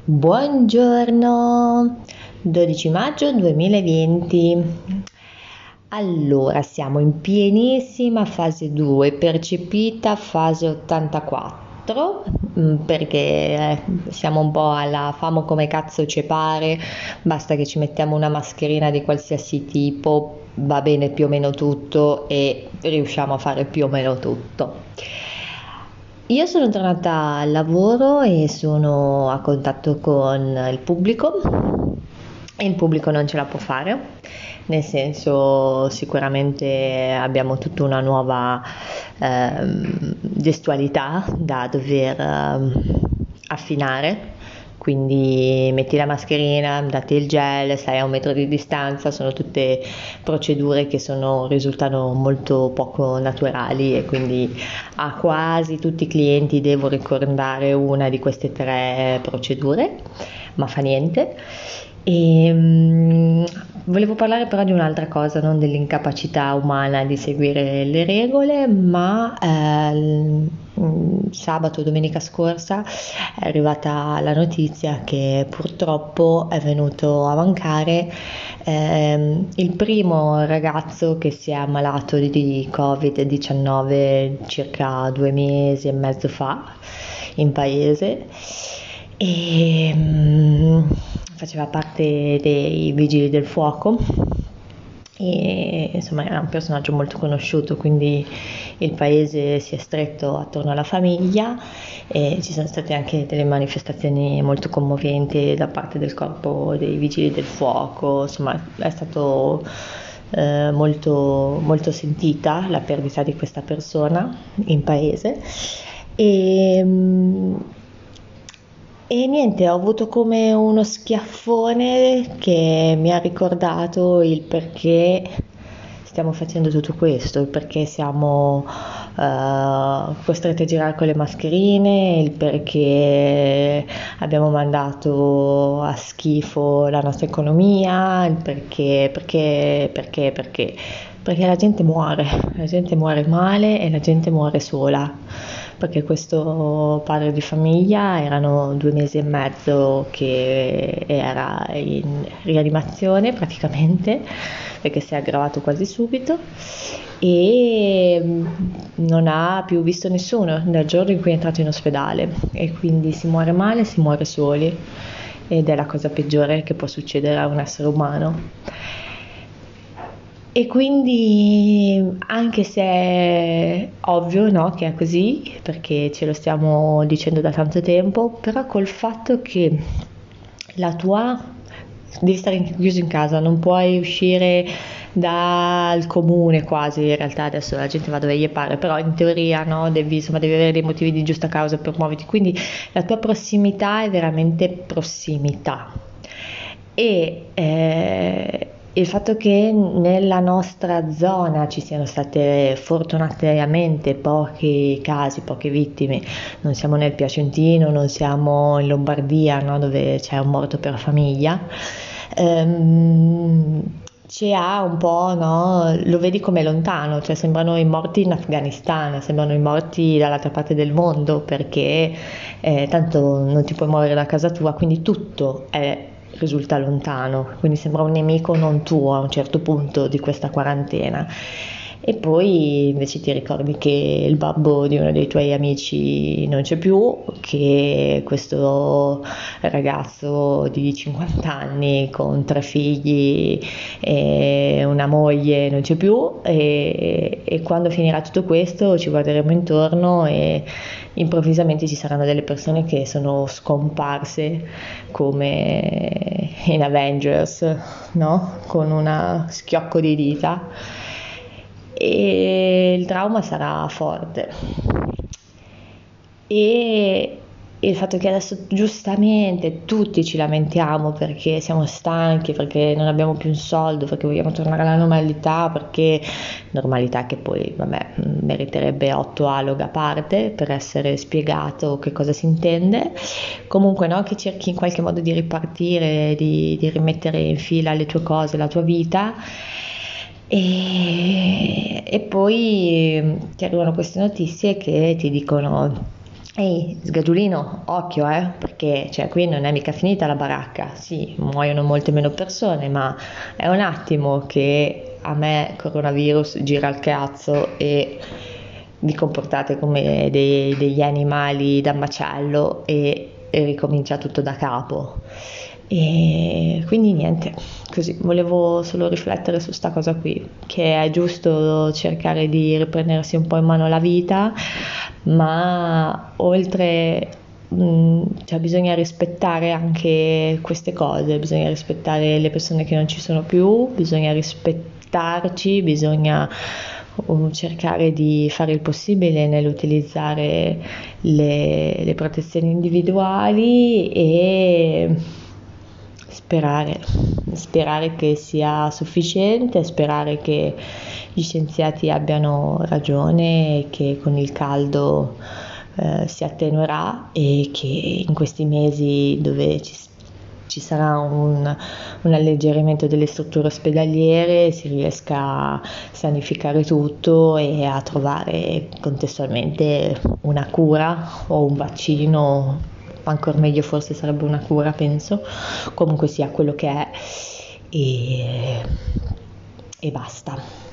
Buongiorno, 12 maggio 2020. Allora, siamo in pienissima fase 2, percepita fase 84, perché siamo un po' alla famo come cazzo ci pare, basta che ci mettiamo una mascherina di qualsiasi tipo, va bene più o meno tutto e riusciamo a fare più o meno tutto. Io sono tornata al lavoro e sono a contatto con il pubblico e il pubblico non ce la può fare, nel senso sicuramente abbiamo tutta una nuova gestualità da dover affinare, quindi metti la mascherina, datti il gel, stai a 1 metro di distanza, sono tutte procedure che risultano molto poco naturali e quindi a quasi tutti i clienti devo ricordare una di queste 3 procedure, ma fa niente. Volevo parlare però di un'altra cosa, non dell'incapacità umana di seguire le regole, ma sabato, domenica scorsa è arrivata la notizia che purtroppo è venuto a mancare il primo ragazzo che si è ammalato di Covid-19 circa 2 mesi e mezzo fa in paese e faceva parte dei vigili del fuoco e insomma era un personaggio molto conosciuto, quindi il paese si è stretto attorno alla famiglia e ci sono state anche delle manifestazioni molto commoventi da parte del corpo dei vigili del fuoco, insomma è stato molto, molto sentita la perdita di questa persona in paese e, e niente, ho avuto come uno schiaffone che mi ha ricordato il perché stiamo facendo tutto questo, il perché siamo costretti a girare con le mascherine, il perché abbiamo mandato a schifo la nostra economia, il perché la gente muore male e la gente muore sola, perché questo padre di famiglia erano 2 mesi e mezzo che era in rianimazione praticamente, perché si è aggravato quasi subito e non ha più visto nessuno dal giorno in cui è entrato in ospedale e quindi si muore male, si muore soli ed è la cosa peggiore che può succedere a un essere umano. E quindi, anche se è ovvio, no, che è così, perché ce lo stiamo dicendo da tanto tempo, però col fatto che la tua devi stare chiuso in casa, non puoi uscire dal comune quasi, in realtà adesso la gente va dove gli pare, però in teoria no, devi avere dei motivi di giusta causa per muoverti, quindi la tua prossimità è veramente prossimità e il fatto che nella nostra zona ci siano state fortunatamente pochi casi, poche vittime, non siamo nel Piacentino, non siamo in Lombardia, no, dove c'è un morto per famiglia, ci ha un po', no, lo vedi come lontano, cioè sembrano i morti in Afghanistan, sembrano i morti dall'altra parte del mondo perché tanto non ti puoi muovere da casa tua, quindi risulta lontano, quindi sembra un nemico non tuo a un certo punto di questa quarantena. E poi invece ti ricordi che il babbo di uno dei tuoi amici non c'è più, che questo ragazzo di 50 anni con 3 figli e una moglie non c'è più e quando finirà tutto questo ci guarderemo intorno e improvvisamente ci saranno delle persone che sono scomparse come in Avengers, no? Con una schiocco di dita e il trauma sarà forte. E il fatto che adesso giustamente tutti ci lamentiamo perché siamo stanchi, perché non abbiamo più un soldo, perché vogliamo tornare alla normalità, perché normalità che poi vabbè meriterebbe 8 aloghe a parte per essere spiegato che cosa si intende, comunque no, che cerchi in qualche modo di ripartire, di rimettere in fila le tue cose, la tua vita e poi ti arrivano queste notizie che ti dicono Ehi, sgradulino, occhio, perché cioè, qui non è mica finita la baracca. Sì, muoiono molte meno persone, ma è un attimo che a me coronavirus gira il cazzo e vi comportate come degli animali da macello e ricomincia tutto da capo. E quindi niente, così volevo solo riflettere su sta cosa qui, che è giusto cercare di riprendersi un po' in mano la vita, ma oltre, cioè bisogna rispettare anche queste cose, bisogna rispettare le persone che non ci sono più, bisogna rispettarci, bisogna cercare di fare il possibile nell'utilizzare le protezioni individuali e sperare che sia sufficiente, sperare che gli scienziati abbiano ragione e che con il caldo si attenuerà e che in questi mesi dove ci sarà un alleggerimento delle strutture ospedaliere si riesca a sanificare tutto e a trovare contestualmente una cura o un vaccino, ancora meglio forse sarebbe una cura, penso, comunque sia quello che è e basta.